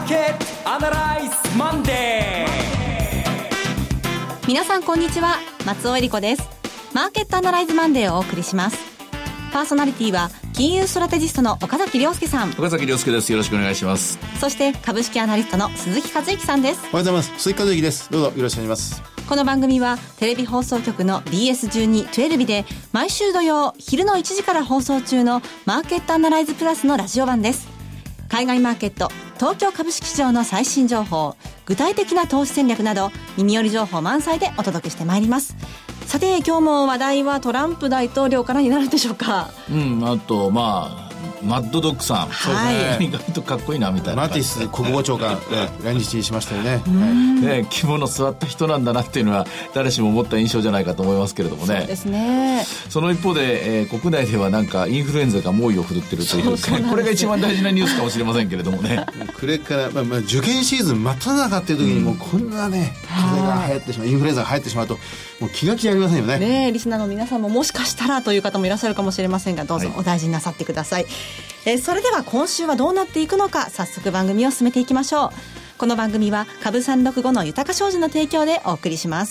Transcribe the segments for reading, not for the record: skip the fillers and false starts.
ーケットアナライズマンデ皆さんこんにちは、松尾恵理子です。マーケットアナライズマンデーをお送りします。パーソナリティは金融ストラテジストの岡崎亮介さん。 岡崎亮介です。よろしくお願いします。 そして株式アナリストの鈴木和之さんです。 おはようございます。鈴木和之です。どうぞよろしくお願いします。 この番組はテレビ放送局の BS12-12 で毎週土曜昼の1時から放送中のマーケットアナライズプラスのラジオ版です。海外マーケット、東京株式市場の最新情報、具体的な投資戦略など耳寄り情報満載でお届けしてまいります。さて今日も話題はトランプ大統領からになるでしょうか。 あとマッドドッグさん、 はい、 意外とかっこいいなみたいな。 マティス国防長官、来日しましたよね。 肝の座った人なんだなっていうのは誰しも思った印象じゃないかと思いますけれどもね。 そうですね。 その一方で、国内ではなんかインフルエンザが猛威を振るってるという、これが一番大事なニュースかもしれませんけれどもね。 これから、受験シーズン真っ只中っていう時にもうこんなね、風邪が流行ってしまう、インフルエンザが流行ってしまうともう気が気じゃありませんよね。 ねえ、リスナーの皆さんももしかしたらという方もいらっしゃるかもしれませんが、どうぞお大事になさってください。それでは今週はどうなっていくのか、早速番組を進めていきましょう。この番組は株365の豊か商事の提供でお送りします。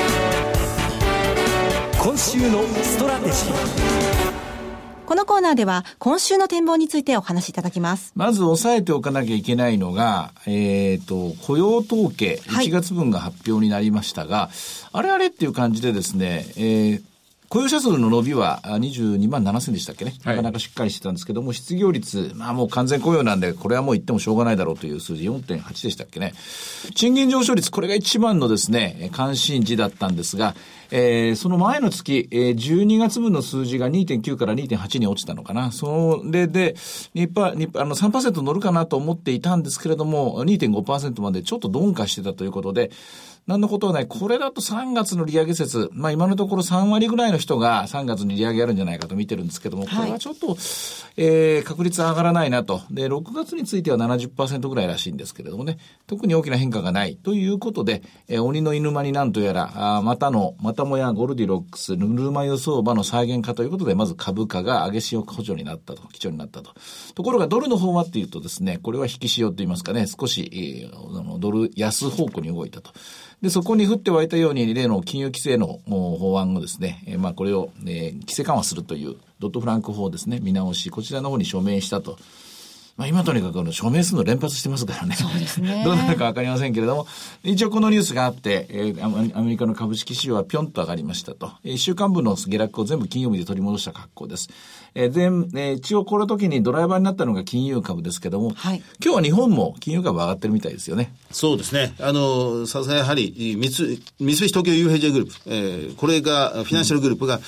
今週のストラテジー。 このコーナーでは今週の展望についてお話しいただきます。 まず押さえておかなきゃいけないのが、雇用統計1月分が発表になりましたが、あれっていう感じでですね、雇用者数の伸びは22万7000でしたっけね、なかなかしっかりしてたんですけども、失業率、もう完全雇用なんで、これはもう言ってもしょうがないだろうという数字 4.8 でしたっけね。賃金上昇率、これが一番のですね、関心事だったんですが、その前の月、12月分の数字が 2.9 から 2.8 に落ちたのかな。それで、3% 乗るかなと思っていたんですけれども、2.5% までちょっと鈍化してたということで、何のことはない。これだと3月の利上げ説、今のところ3割ぐらいの人が3月に利上げあるんじゃないかと見てるんですけども、これはちょっと、確率上がらないなと。で、6月については 70% ぐらいらしいんですけれどもね、特に大きな変化がないということで、鬼の犬間になんとやら、またもやゴルディロックス、ぬるま湯相場の再現化ということで、まず株価が上げ潮補助になったと、基調になったと。ところがドルの方はっていうとですね、これは引き潮と言いますかね、少し、ドル安方向に動いたと。で、そこに降って湧いたように、例の金融規制の法案をですね、これを、規制緩和するという、ドットフランク法ですね、見直し、こちらの方に署名したと。今とにかく署名するの連発してますからね。 そうですね。 どうなるかわかりませんけれども、一応このニュースがあって、アメリカの株式市場はピョンと上がりましたと。1週間分の下落を全部金曜日で取り戻した格好です。一応この時にドライバーになったのが金融株ですけども、今日は日本も金融株上がってるみたいですよね。 そうですね。さすがやはり三菱東京 UFJ グループ、これがフィナンシャルグループが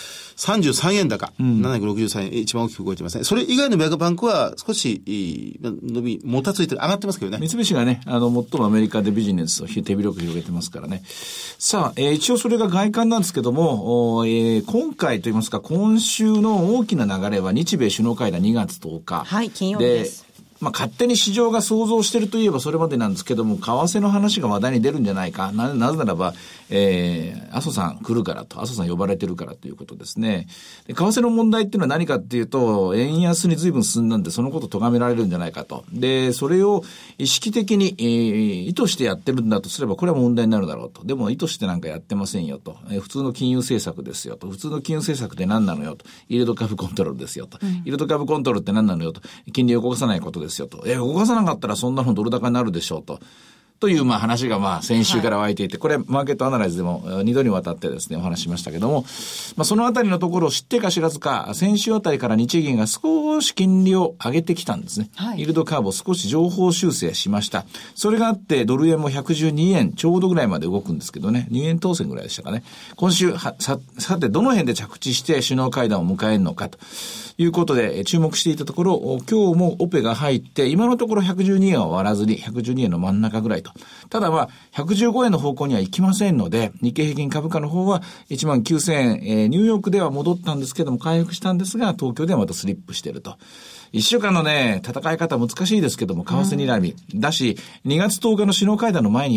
33円高、763円、一番大きく動いてますね。それ以外のメガバンクは少しもたついてる、上がってますけどね。 三菱がね、最もアメリカでビジネスを手広く広げてますからね。さあ、一応それが外観なんですけども、今回といいますか、今週の大きな流れは日米首脳会談2月10日。 金曜日です。 勝手に市場が想像しているといえばそれまでなんですけども、為替の話が話題に出るんじゃないか。なぜならば、麻生さん来るからと、麻生さん呼ばれてるからということですね。で、為替の問題っていうのは何かっていうと、円安に随分進んだんで、そのことを咎められるんじゃないかと。で、それを意識的に、意図してやってるんだとすれば、これは問題になるだろうと。でも、意図してなんかやってませんよと。普通の金融政策ですよと。普通の金融政策って何なのよと。イールドカーブコントロールですよと。イールドカーブコントロールって何なのよと。金利を動かさないことですよと。動かさなかったらそんなのドル高になるでしょうという話が先週から湧いていて、これマーケットアナライズでも2度にわたってですねお話しましたけども、そのあたりのところを知ってか知らずか、先週あたりから日銀が少し金利を上げてきたんですね。イールドカーブを少し上方修正しました。それがあってドル円も112円ちょうどぐらいまで動くんですけどね、2円当選ぐらいでしたかね。今週さてどの辺で着地して首脳会談を迎えるのかということで注目していたところ、今日もオペが入って今のところ112円は割らずに112円の真ん中ぐらいと。ただ115円の方向には行きませんので、日経平均株価の方は19,000円、ニューヨークでは戻ったんですけども回復したんですが、東京ではまたスリップしていると。一週間のね、戦い方難しいですけども、為替にらみだし、2月10日の首脳会談の前には一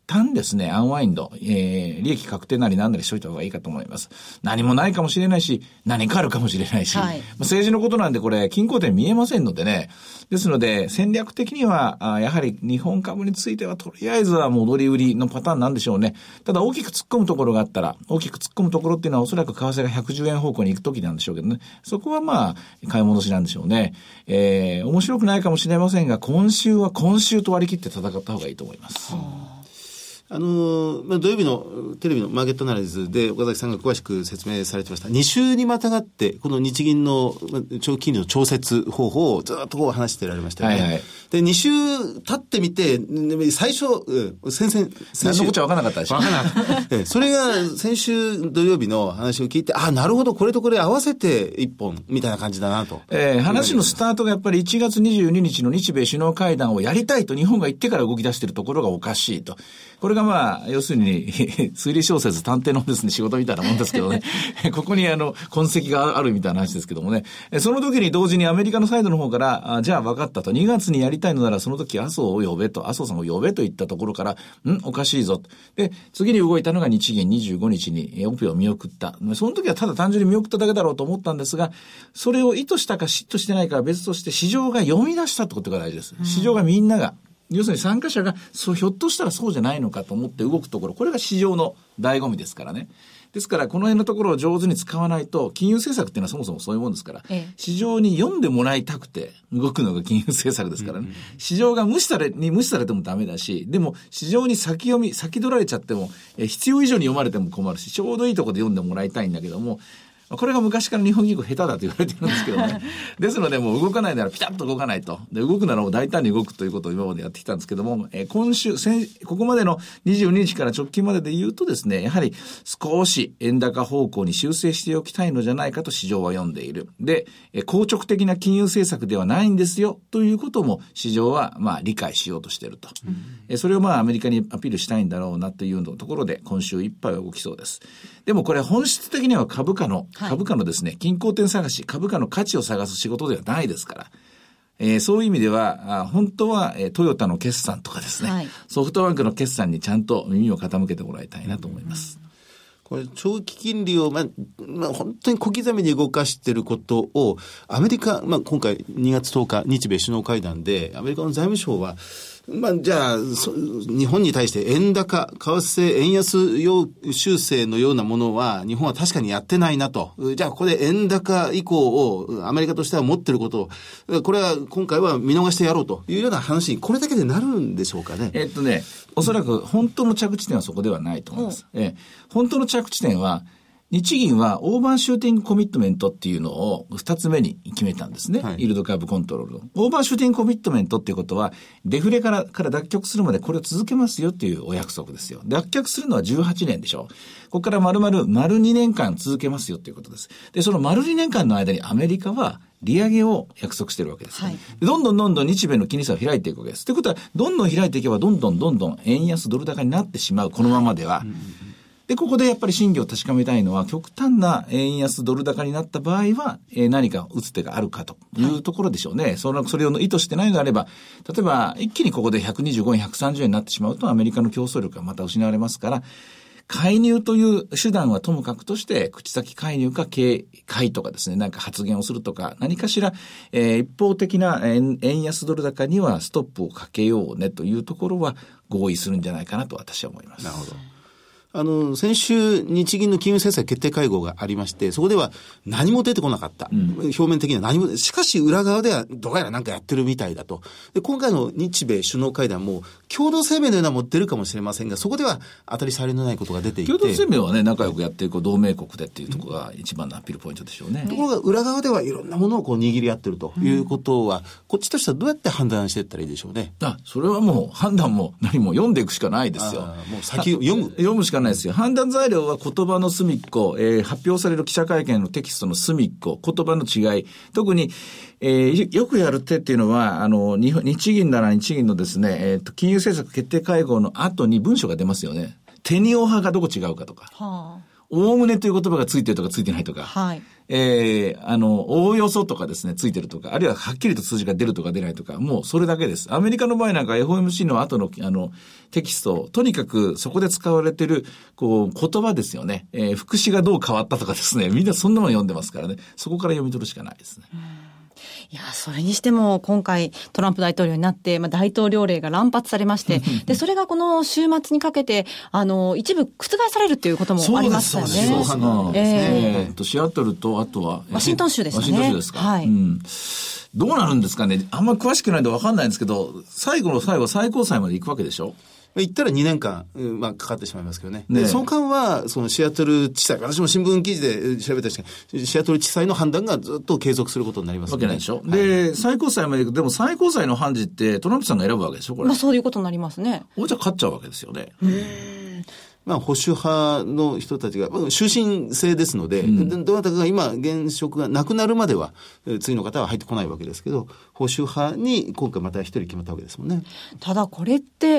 旦ですね、アンワインド、利益確定なりなんなりしといた方がいいかと思います。何もないかもしれないし、何かあるかもしれないし、 はい、 政治のことなんでこれ、均衡点見えませんのでね。ですので、戦略的には、やはり日本株についてはとりあえずは戻り売りのパターンなんでしょうね。ただ大きく突っ込むところがあったら、大きく突っ込むところっていうのはおそらく為替が110円方向に行くときなんでしょうけどね。そこはまあ、買い戻しなんでしょうね。面白くないかもしれませんが、今週は今週と割り切って戦った方がいいと思います。 土曜日のテレビのマーケットアナライズで岡崎さんが詳しく説明されてました。2週にまたがって、この日銀の長期金利の調節方法をずっとこう話してられましたよね。はいはい、で、2週経ってみて、最初、先週。 何のこっちゃ分からなかったでしょ。 分からなかった。それが先週土曜日の話を聞いて、なるほど、これとこれ合わせて一本、みたいな感じだなと。 話のスタートがやっぱり1月22日の日米首脳会談をやりたいと日本が言ってから動き出しているところがおかしいと。これがまあ、要するに、推理小説探偵のですね、仕事みたいなもんですけどね。ここに痕跡があるみたいな話ですけどもね。その時に同時にアメリカのサイドの方から、じゃあ分かったと。2月にやりたいのならその時麻生を呼べと、麻生さんを呼べと言ったところから、おかしいぞと。で、次に動いたのが日銀25日にオペを見送った。その時はただ単純に見送っただけだろうと思ったんですが、それを意図したか嫉妬してないかは別として市場が読み出したってことが大事です。市場がみんなが。要するに参加者がひょっとしたらそうじゃないのかと思って動くところ、これが市場の醍醐味ですからね。ですからこの辺のところを上手に使わないと、金融政策っていうのはそもそもそういうもんですから、市場に読んでもらいたくて動くのが金融政策ですからね。市場が無視されてもダメだし、でも市場に先取られちゃっても、必要以上に読まれても困るし、ちょうどいいところで読んでもらいたいんだけども、これが昔から日本銀行下手だと言われてるんですけどね。ですのでもう動かないならピタッと動かないと。で、動くならもう大胆に動くということを今までやってきたんですけども、今週、ここまでの22日から直近までで言うとですね、やはり少し円高方向に修正しておきたいのじゃないかと市場は読んでいる。で、硬直的な金融政策ではないんですよということも市場はまあ理解しようとしていると。それをまあアメリカにアピールしたいんだろうなというところで今週いっぱいは動きそうです。でもこれ本質的には株価のですね、均衡点探し、株価の価値を探す仕事ではないですから、そういう意味では、本当は、トヨタの決算とかですね、ソフトバンクの決算にちゃんと耳を傾けてもらいたいなと思います。 これ長期金利を、本当に小刻みに動かしていることを、アメリカ、今回2月10日、日米首脳会談で、アメリカの財務省は、じゃあ、日本に対して円高、為替、円安修正のようなものは、日本は確かにやってないなと。じゃあ、ここで円高以降を、アメリカとしては持っていることを、これは今回は見逃してやろうというような話に、これだけでなるんでしょうかね。 おそらく本当の着地点はそこではないと思います。本当の着地点は、日銀はオーバーシューティングコミットメントっていうのを2つ目に決めたんですね。イールドカーブコントロールの。オーバーシューティングコミットメントっていうことは、デフレから脱却するまでこれを続けますよっていうお約束ですよ。脱却するのは18年でしょ。ここから丸2年間続けますよっていうことです。で、その丸2年間の間にアメリカは利上げを約束してるわけです、どんどん日米の金利差を開いていくわけです。ということは、どんどん開いていけばどんどん円安ドル高になってしまう、このままでは。で、ここでやっぱり真偽を確かめたいのは、極端な円安ドル高になった場合は、何か打つ手があるかというところでしょうね。それを意図してないのであれば、例えば一気にここで125円、130円になってしまうとアメリカの競争力がまた失われますから、介入という手段はともかくとして、口先介入か警戒とかですね、なんか発言をするとか、何かしら、一方的な円安ドル高にはストップをかけようねというところは合意するんじゃないかなと私は思います。 なるほど。先週日銀の金融政策決定会合がありまして、そこでは何も出てこなかった。表面的には何も、しかし裏側ではどうやらなんかやってるみたいだと。で、今回の日米首脳会談も共同声明のようなもの出るかもしれませんが、そこでは当たり障りのないことが出ていて。 共同声明はね、仲良くやっていく同盟国でっていうところが一番のアピールポイントでしょうね。 ところが裏側ではいろんなものをこう握り合ってるということは、こっちとしてはどうやって判断していったらいいでしょうね。 それはもう判断も何も読んでいくしかないですよ。 もう先読むしかないですよ。判断材料は言葉の隅っこ、発表される記者会見のテキストの隅っこ、言葉の違い、特に、よくやる手っていうのは、日銀なら日銀のですね、金融政策決定会合の後に文書が出ますよね。テニオ派がどこ違うかとか。 おおむねという言葉がついてるとかついてないとか、 はい。 おおよそとかですね、ついてるとか、あるいははっきりと数字が出るとか出ないとか、もうそれだけです。アメリカの場合なんか FOMC の後のテキスト、とにかくそこで使われてる、言葉ですよね。副詞がどう変わったとかですね、みんなそんなの読んでますからね、そこから読み取るしかないですね。 いや、それにしても今回トランプ大統領になって、大統領令が乱発されまして、で、それがこの週末にかけて、一部覆されるということもありましたよね。 そうですね。 シアトルと、あとは、 ワシントン州ですね。 ワシントン州ですか。はい。どうなるんですかね。あんまり詳しくないんで分かんないんですけど、最後の最後、最高裁まで行くわけでしょ。 行ったら2年間、かかってしまいますけどね。で、その間は、そのシアトル地裁、私も新聞記事で調べたんですけど、シアトル地裁の判断がずっと継続することになりますね。 わけないでしょ。で、最高裁まで行く。でも最高裁の判事ってトランプさんが選ぶわけでしょ、これ。 そういうことになりますね。 じゃあ勝っちゃうわけですよね。 保守派の人たちが、終身制ですので、どなたかが今、現職がなくなるまでは、次の方は入ってこないわけですけど、保守派に今回また一人決まったわけですもんね。 ただこれって、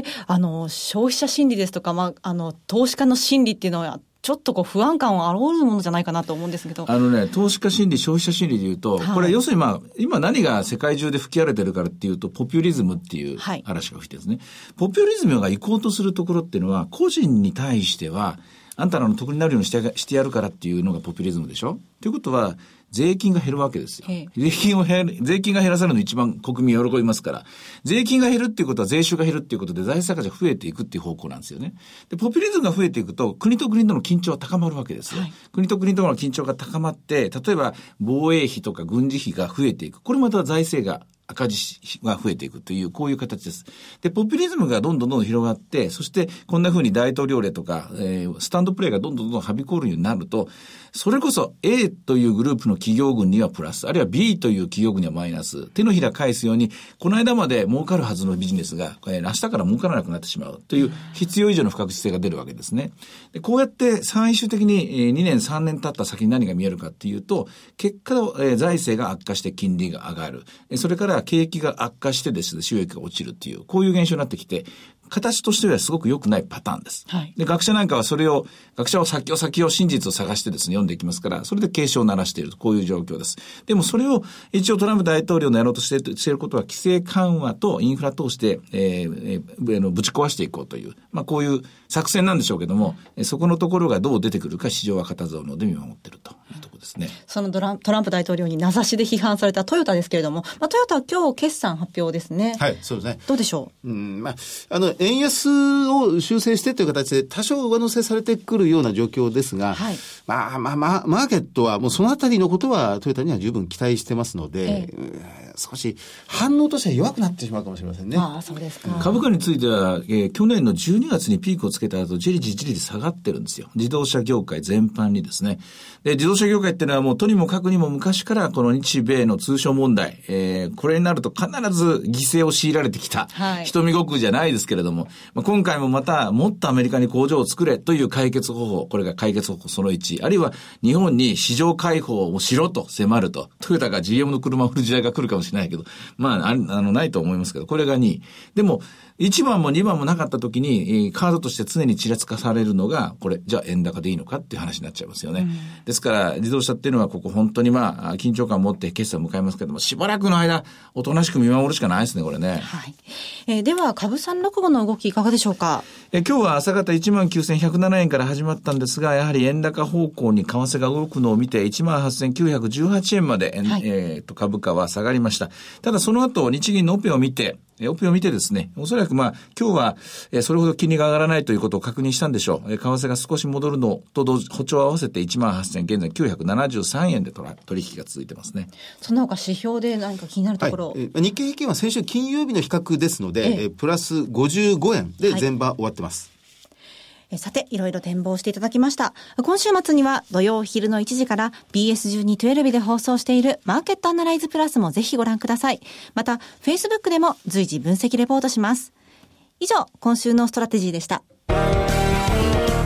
消費者心理ですとか、投資家の心理っていうのは、ちょっと不安感を煽るものじゃないかなと思うんですけど。 投資家心理、消費者心理で言うと、これ要するに今何が世界中で吹き荒れてるからっていうと、ポピュリズムっていう嵐が吹いてるんですね。ポピュリズムが行こうとするところっていうのは、個人に対しては、あんたらの得になるようにしてやるからっていうのがポピュリズムでしょ。ということは、税金が減るわけですよ。税金が減らされるの一番国民喜びますから。税金が減るっていうことは税収が減るっていうことで財政赤字が増えていくっていう方向なんですよね。で、ポピュリズムが増えていくと国と国との緊張は高まるわけですよ。国と国との緊張が高まって、例えば防衛費とか軍事費が増えていく。これまた財政が赤字が増えていくという、こういう形です。で、ポピュリズムがどんどん広がって、そしてこんな風に大統領令とか、スタンドプレーがどんどんはびこるようになると、それこそ A というグループの企業群にはプラス、あるいは B という企業群にはマイナス、手のひら返すように、この間まで儲かるはずのビジネスが、明日から儲からなくなってしまうという必要以上の不確実性が出るわけですね。で、こうやって最終的に2年3年経った先に何が見えるかっていうと、結果、財政が悪化して金利が上がる。それから景気が悪化してですね、収益が落ちるっていう、こういう現象になってきて、形としてはすごく良くないパターンです。で、学者なんかは学者は先を真実を探してですね、読んでいきますから、それで警鐘を鳴らしていると、こういう状況です。でもそれを一応トランプ大統領のやろうとしていることは、規制緩和とインフラ通して、ぶち壊していこうという、こういう作戦なんでしょうけども、そこのところがどう出てくるか市場は固唾を飲んで見守っているというところですね。 そのトランプ大統領に名指しで批判されたトヨタですけれども、トヨタは今日決算発表ですね。 はい、そうですね。 どうでしょう。 円安を修正してという形で多少上乗せされてくるような状況ですが、マーケットはもうそのあたりのことはトヨタには十分期待してますので、少し反応としては弱くなってしまうかもしれませんね。 そうですか。 株価については、去年の12月にピークをつけた後、じりじり下がってるんですよ。自動車業界全般にですね。で、自動車業界っていうのはもうとにもかくにも昔からこの日米の通商問題、これになると必ず犠牲を強いられてきた、人見悟空じゃないですけれども、今回もまたもっとアメリカに工場を作れという解決方法、これが解決方法その1、あるいは日本に市場開放をしろと迫ると、トヨタが GM の車を売る時代が来るかもしれないけど、ないと思いますけど、これが2位。でも、1番も2番もなかった時に、カードとして常にちらつかされるのが、これ、じゃあ円高でいいのかっていう話になっちゃいますよね。ですから、自動車っていうのはここ本当に緊張感を持って決算を迎えますけども、しばらくの間、おとなしく見守るしかないですね、これね。 では、株365の動きいかがでしょうか。 今日は朝方 19,107 円から始まったんですが、やはり円高方向に為替が動くのを見て、18,918 円まで、株価は下がりました。ただその後、日銀のオペを見てですね、おそらく今日は、それほど金利が上がらないということを確認したんでしょう。為替が少し戻るのと歩調を合わせて 18,000 現在973円で取引が続いてますね。 その他指標で何か気になるところ、 日経平均は先週金曜日の比較ですので、プラス55円で前場終わってます。 さて、いろいろ展望していただきました。今週末には土曜昼の1時から BS12-12 で放送しているマーケットアナライズプラスもぜひご覧ください。また、Facebook でも随時分析レポートします。以上、今週のストラテジーでした。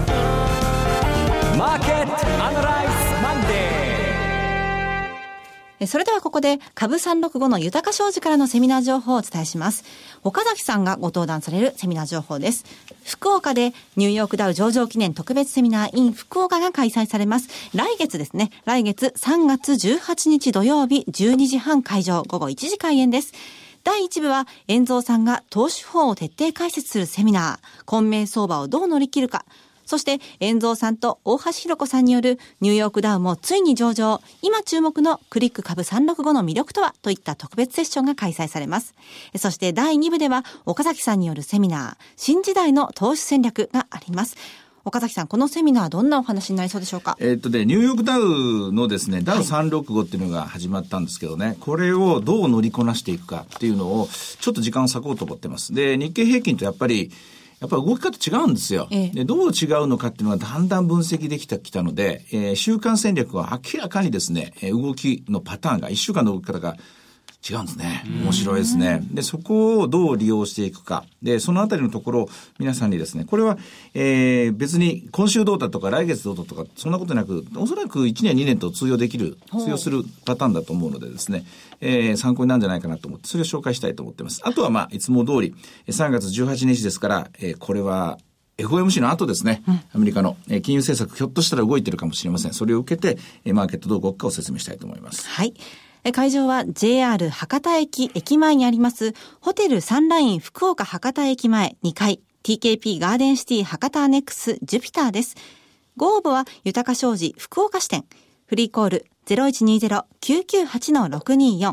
マーケットアナライズマンデそれではここで株365の豊か商事からのセミナー情報をお伝えします。岡崎さんがご登壇されるセミナー情報です。福岡でニューヨークダウ上場記念特別セミナー in 福岡が開催されます。来月ですね。来月3月18日土曜日12時半会場、午後1時開演です。第1部は、遠蔵さんが投資法を徹底解説するセミナー、混迷相場をどう乗り切るか。そして、遠蔵さんと大橋弘子さんによるニューヨークダウもついに上場、今注目のクリック株365の魅力とはといった特別セッションが開催されます。そして第2部では、岡崎さんによるセミナー、新時代の投資戦略があります。岡崎さん、このセミナーどんなお話になりそうでしょうか？ ニューヨークダウのですね、ダウ365っていうのが始まったんですけどね、これをどう乗りこなしていくかっていうのを、ちょっと時間を割こうと思ってます。で、日経平均とやっぱり動き方違うんですよ。で、どう違うのかっていうのがだんだん分析できてきたので、週間戦略は明らかにですね、動きのパターンが、1週間の動き方が違うんですね。面白いですね。で、そこをどう利用していくか。で、そのあたりのところを皆さんにですね、これは、別に今週どうだとか来月どうだとか、そんなことなく、おそらく1年2年と通用するパターンだと思うのでですね、参考になるんじゃないかなと思って、それを紹介したいと思っています。あとは、いつも通り、3月18日ですから、これは、FOMC の後ですね、アメリカの金融政策、ひょっとしたら動いてるかもしれません。それを受けて、マーケットどう動くかを説明したいと思います。 はい。会場は JR 博多駅前にありますホテルサンライン福岡博多駅前2階 TKP ガーデンシティ博多アネックスジュピターです。ご応募は豊か商事福岡支店。フリーコール 0120-998-624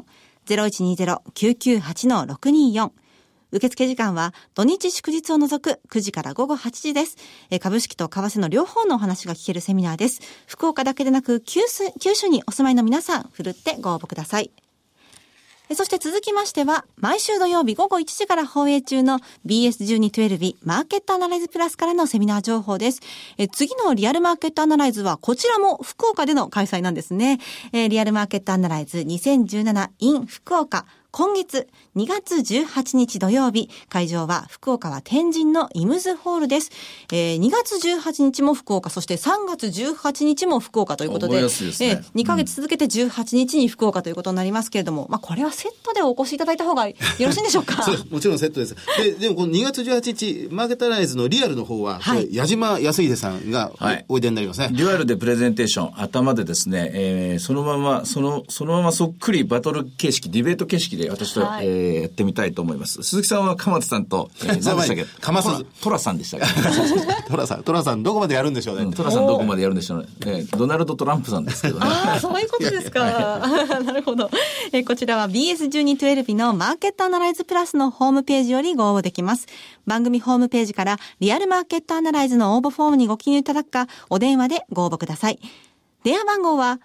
0120-998-624。受付時間は土日祝日を除く9時から午後8時です。株式と為替の両方のお話が聞けるセミナーです。福岡だけでなく九州にお住まいの皆さん、ふるってご応募ください。そして続きましては、毎週土曜日午後1時から放映中の BS1212 マーケットアナライズプラスからのセミナー情報です。次のリアルマーケットアナライズはこちらも福岡での開催なんですね。リアルマーケットアナライズ2017 in 福岡。今月2月18日土曜日、会場は福岡は天神のイムズホールです。2月18日も福岡、そして3月18日も福岡ということで、2ヶ月続けて18日に福岡ということになりますけれども、これはセットでお越しいただいた方がよろしいんでしょうか？ そうです。もちろんセットです。でもこの2月18日、マーケットアナライズのリアルの方は、矢島康秀さんがおいでになりますね。 デュアルでプレゼンテーション、頭でですね、そのままそっくりバトル形式、ディベート形式で私と、やってみたいと思います。鈴木さんは鎌田さんと、何でしたっけ？トラさんでしたっけ？ トラさんどこまでやるんでしょうね。 トラさんどこまでやるんでしょうね。ドナルド・トランプさんですけどね。 そういうことですか。なるほど。こちらは BS1212 のマーケットアナライズプラスのホームページよりご応募できます。番組ホームページからリアルマーケットアナライズの応募フォームにご記入いただくか、お電話でご応募ください。電話番号は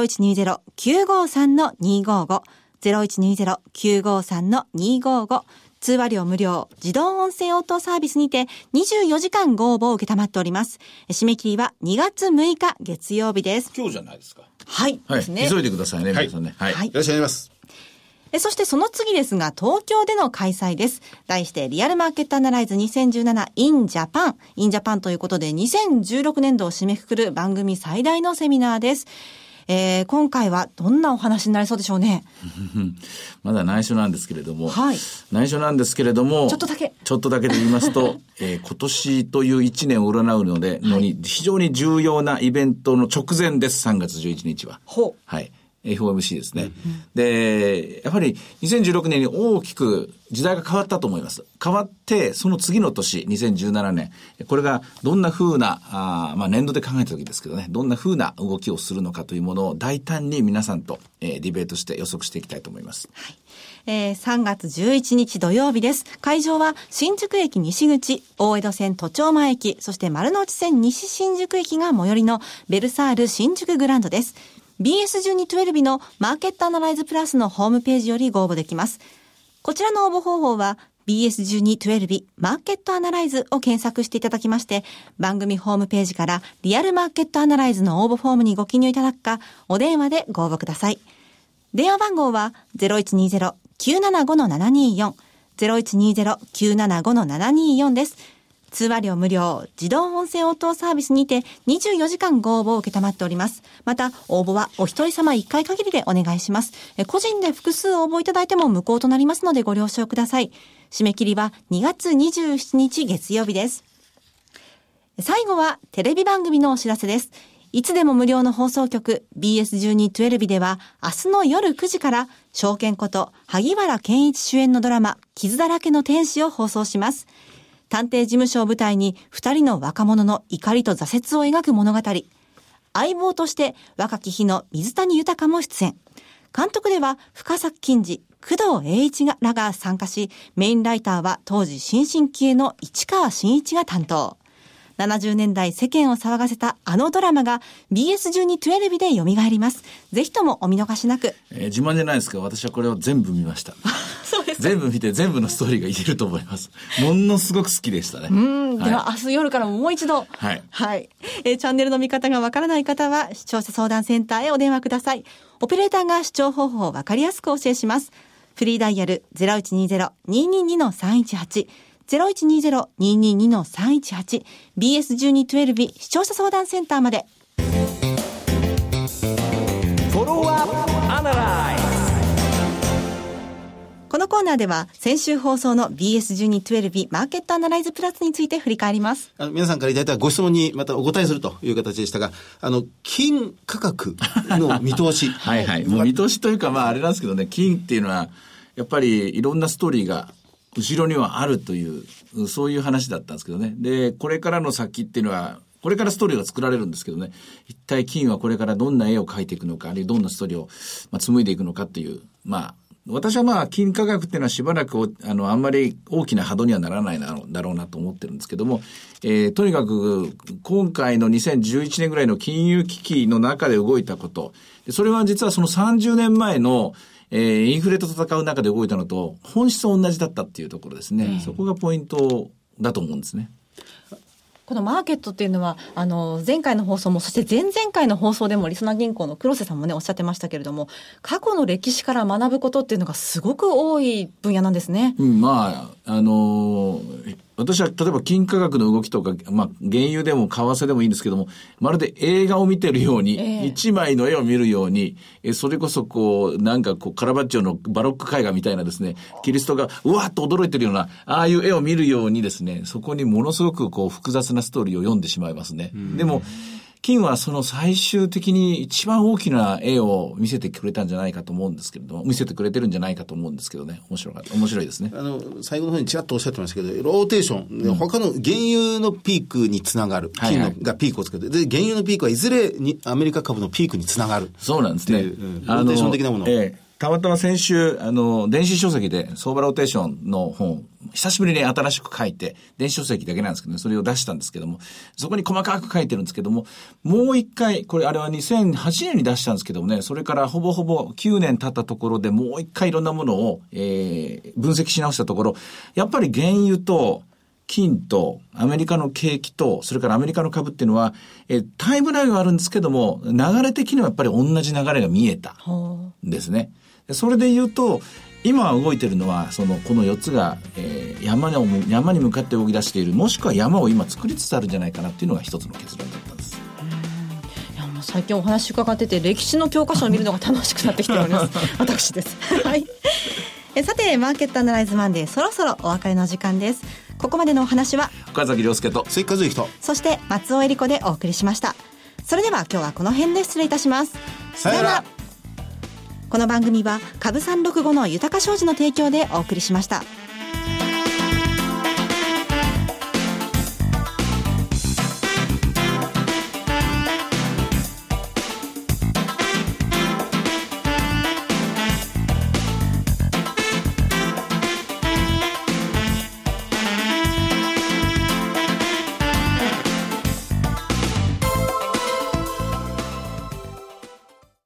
0120-953-255 0120-953-255 通話料無料自動音声応答サービスにて24時間ご応募を受けたまっております。締め切りは2月6日月曜日です。 今日じゃないですか？ はい。 はい。 ですね。 急いでくださいね、皆さんね。 はい。よろしくお願いします。 そしてその次ですが、東京での開催です。題して、リアルマーケットアナライズ2017 in Japan。in Japan ということで、2016年度を締めくくる番組最大のセミナーです。今回はどんなお話になりそうでしょうね。 まだ内緒なんですけれども、 はい、 内緒なんですけれども、 ちょっとだけで言いますと、今年という1年を占うのに非常に重要なイベントの直前です。3月11日は。はい。FOMC ですね。で、やはり2016年に大きく時代が変わったと思います。変わって、その次の年、2017年、これがどんな風な、年度で考えた時ですけどね、どんな風な動きをするのかというものを大胆に皆さんと、ディベートして予測していきたいと思います。 はい。3月11日土曜日です。会場は新宿駅西口、大江戸線都庁前駅、そして丸の内線西新宿駅が最寄りのベルサール新宿グランドです。BS1212 のマーケットアナライズプラスのホームページよりご応募できます。こちらの応募方法は BS1212 マーケットアナライズを検索していただきまして、番組ホームページからリアルマーケットアナライズの応募フォームにご記入いただくか、お電話でご応募ください。電話番号は 0120-975-724 0120-975-724 です。 通話料無料、自動音声応答サービスにて24時間ご応募を受けたまっております。また、応募はお一人様1回限りでお願いします。個人で複数応募いただいても無効となりますのでご了承ください。締め切りは2月27日月曜日です。最後はテレビ番組のお知らせです。いつでも無料の放送局 BS1212 では明日の夜9時から証券こと萩原健一主演のドラマ傷だらけの天使を放送します。探偵事務所を舞台に2人の若者の怒りと挫折を描く物語。相棒として若き日の水谷豊も出演。監督では深作欣二、工藤栄一らが参加し、メインライターは当時新進気鋭の市川真一が担当。70年代世間を騒がせたあのドラマが BS1212 で蘇ります。ぜひともお見逃しなく。 自慢じゃないですけど、私はこれを全部見ました。 そうです。 全部見て全部のストーリーが言えると思います。ものすごく好きでしたね。 では明日夜からもう一度。はい。チャンネルの見方がわからない方は視聴者相談センターへお電話ください。オペレーターが視聴方法をわかりやすくお教えします。フリーダイヤル 0120-222-318 0120-222-318 BS1212 視聴者相談センターまで。このコーナーでは先週放送の BS1212 マーケットアナライズプラスについて振り返ります。 皆さんからいただいたご質問にまたお答えするという形でしたが、金価格の見通しはいはい、もう見通しというか、あれなんですけどね、金っていうのはやっぱりいろんなストーリーが後ろにはあるという、そういう話だったんですけどね。で、これからの先っていうのは、これからストーリーが作られるんですけどね、一体金はこれからどんな絵を描いていくのか、あるいはどんなストーリーを紡いでいくのかっていう、私は金価格っていうのはしばらくあんまり大きな波動にはならないだろうなと思ってるんですけども、とにかく今回の2011年ぐらいの金融危機の中で動いたこと、それは実はその30年前のインフレと戦う中で動いたのと本質は同じだったっていうところですね。そこがポイントだと思うんですね。 このマーケットっていうのは前回の放送もそして前々回の放送でもリソナ銀行の黒瀬さんもねおっしゃってましたけれども、過去の歴史から学ぶことっていうのがすごく多い分野なんですね。 私は例えば金価格の動きとか、原油でも為替でもいいんですけども、まるで映画を見てるように、一枚の絵を見るように、それこそカラバッジョのバロック絵画みたいなですね、キリストがうわーっと驚いてるような、ああいう絵を見るようにですね、そこにものすごく複雑なストーリーを読んでしまいますね。でも、金はその最終的に一番大きな絵を見せてくれたんじゃないかと思うんですけれども、見せてくれてるんじゃないかと思うんですけどね、面白いですね。 最後の方にちらっとおっしゃってましたけど、ローテーション、他の原油のピークにつながる、金がピークをつけて、で、原油のピークはいずれにアメリカ株のピークにつながる。 そうなんですね。 ローテーション的なもの。 たまたま先週、電子書籍で相場ローテーションの本、久しぶりに新しく書いて、電子書籍だけなんですけどね、それを出したんですけども、そこに細かく書いてるんですけども、もう一回、あれは2008年に出したんですけどもね、それからほぼほぼ9年経ったところでもう一回いろんなものを、分析し直したところ、やっぱり原油と、金とアメリカの景気とそれからアメリカの株っていうのはタイムラグがあるんですけども流れ的にはやっぱり同じ流れが見えたんですね。それで言うと今動いてるのはこの4つが、山に向かって動き出している、もしくは山を今作りつつあるんじゃないかなっていうのが一つの結論だったんです。 いやもう最近お話伺ってて歴史の教科書を見るのが楽しくなってきております私です。はい。さてマーケットアナライズマンデー、そろそろお別れの時間です。ここまでのお話は岡崎亮介と関和之と、 そして松尾恵理子でお送りしました。それでは今日はこの辺で失礼いたします。 さよなら。 この番組は株365の豊か商事の提供でお送りしました。